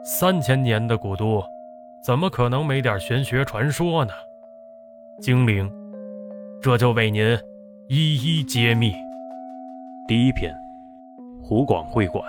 3000年的古都，怎么可能没点玄学传说呢？精灵，这就为您一一揭秘。 第一篇，湖广会馆。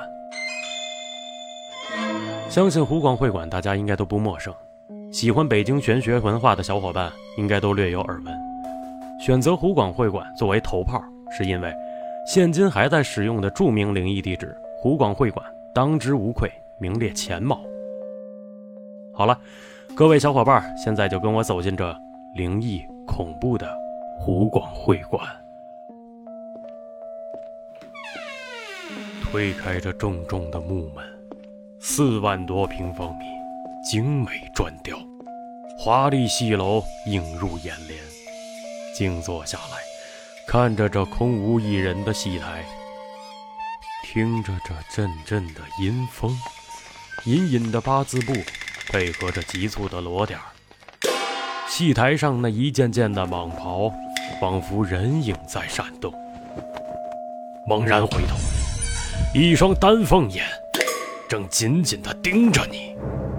相信湖广会馆大家应该都不陌生，喜欢北京玄学文化的小伙伴应该都略有耳闻。选择湖广会馆作为头炮，是因为现今还在使用的著名灵异地址湖广会馆当之无愧名列前茅。好了，各位小伙伴，现在就跟我走进这灵异恐怖的湖广会馆。推开这重重的木门，4万多平方米，精美砖雕，华丽戏楼映入眼帘。静坐下来，看着这空无一人的戏台，听着这阵阵的阴风，隐隐的八字步配合着急促的锣点，戏台上那一件件的蟒袍仿佛人影在闪动。猛然回头，一双丹凤眼正紧紧地盯着你。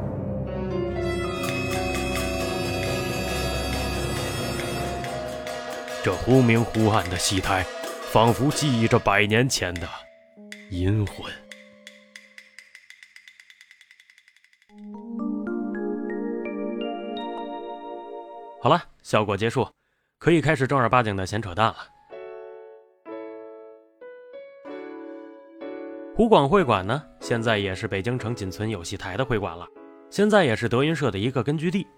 这忽明忽暗的戏台仿佛记忆着100年前的阴魂。好了，效果结束，可以开始正儿八经的闲扯淡了。湖广会馆呢，现在也是北京城仅存有戏台的会馆了，现在也是德云社的一个根据地。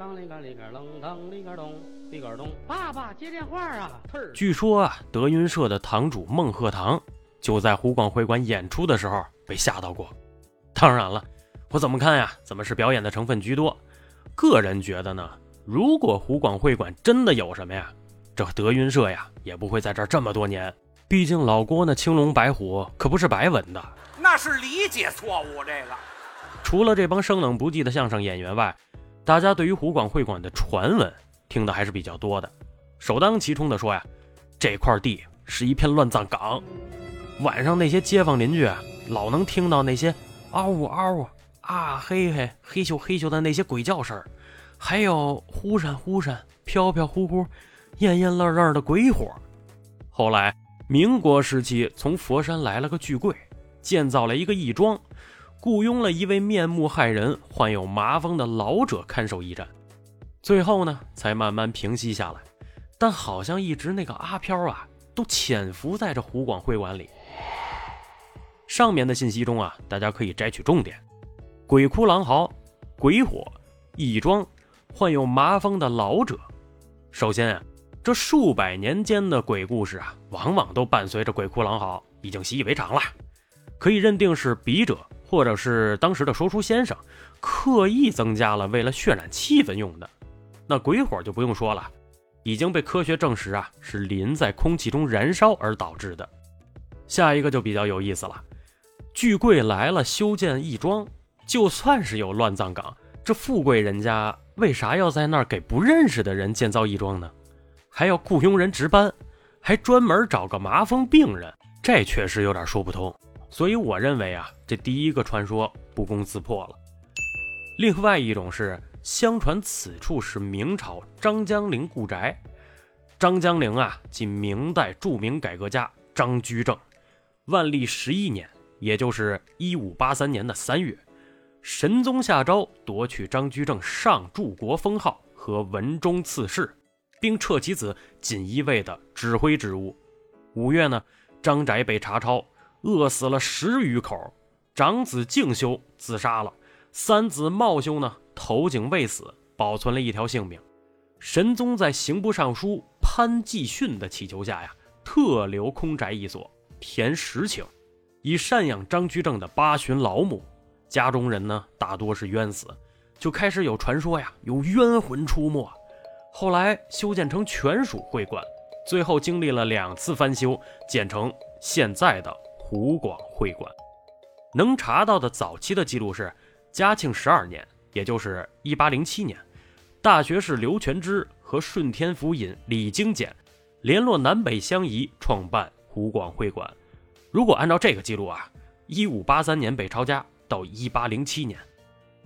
爸爸接电话啊！ 据说啊，德云社的堂主孟鹤堂就在湖广会馆演出的时候被吓到过。当然了，我怎么看呀？怎么是表演的成分居多？个人觉得呢，如果湖广会馆真的有什么呀，这德云社呀也不会在这儿这么多年。毕竟老郭那青龙白虎可不是白纹的， 那是理解错误。这个除了这帮生冷不忌的相声演员外，大家对于湖广会馆的传闻听的还是比较多的。首当其冲的说呀，这块地是一片乱葬岗，晚上那些街坊邻居啊，老能听到那些嗷呜嗷呜啊嘿嘿嘿咻嘿咻的那些鬼叫声，还有忽闪忽闪飘飘忽忽艳艳愣愣的鬼火。后来民国时期从佛山来了个巨贵，建造了一个义庄，雇佣了一位面目骇人患有麻风的老者看守驿站，最后呢才慢慢平息下来。但好像一直那个阿飘啊都潜伏在这湖广会馆里。上面的信息中啊，大家可以摘取重点：鬼哭狼嚎、鬼火、义庄、患有麻风的老者。首先啊，这数百年间的鬼故事啊，往往都伴随着鬼哭狼嚎，已经习以为常了，可以认定是笔者或者是当时的说书先生刻意增加了为了渲染气氛用的。那鬼火就不用说了，已经被科学证实啊是磷在空气中燃烧而导致的。下一个就比较有意思了，巨贵来了修建义庄，就算是有乱葬岗，这富贵人家为啥要在那儿给不认识的人建造义庄呢？还要雇佣人值班，还专门找个麻风病人，这确实有点说不通。所以我认为啊，这第一个传说不攻自破了。另外一种是，相传此处是明朝张江陵故宅。张江陵啊，即明代著名改革家张居正。万历11年，也就是1583年的3月，神宗下诏夺取张居正上柱国封号和文中赐谥，并撤其子锦衣卫的指挥职务。5月呢，张宅被查抄，饿死了10余口，长子敬修自杀了，3子茂修呢投井未死，保存了一条性命。神宗在刑部尚书潘继训的祈求下呀，特留空宅一所，填实情，以赡养张居正的8旬老母。家中人呢大多是冤死，就开始有传说呀，有冤魂出没。后来修建成全属会馆，最后经历了2次翻修，建成现在的湖广会馆。能查到的早期的记录是嘉庆12年，也就是1807年，大学士刘全之和顺天府尹李经简联络南北相宜，创办湖广会馆。如果按照这个记录啊，1583年被抄家到1807年，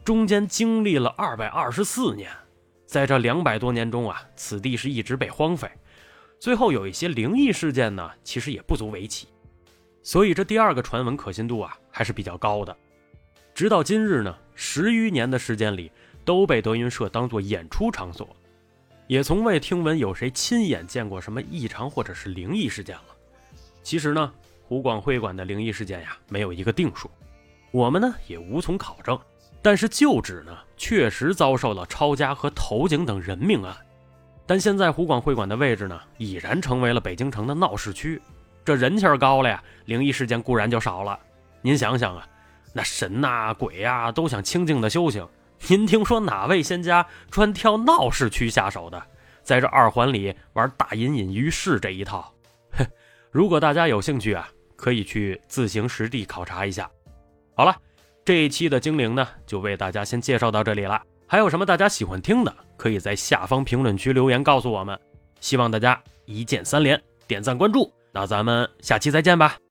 中间经历了224年，在这200多年中啊，此地是一直被荒废。最后有一些灵异事件呢，其实也不足为奇，所以这第二个传闻可信度啊还是比较高的。直到今日呢，10余年的时间里，都被德云社当作演出场所，也从未听闻有谁亲眼见过什么异常或者是灵异事件了。其实呢，湖广会馆的灵异事件呀，没有一个定数，我们呢也无从考证。但是旧址呢，确实遭受了抄家和投井等人命案。但现在湖广会馆的位置呢，已然成为了北京城的闹市区，这人气高了呀，灵异事件固然就少了。您想想啊，那神啊鬼啊都想清静的修行，您听说哪位仙家专挑闹市区下手的，在这2环里玩大隐隐于市这一套？如果大家有兴趣啊，可以去自行实地考察一下。好了，这一期的精灵呢，就为大家先介绍到这里了。还有什么大家喜欢听的，可以在下方评论区留言告诉我们。希望大家一键3连，点赞关注。那咱们下期再见吧。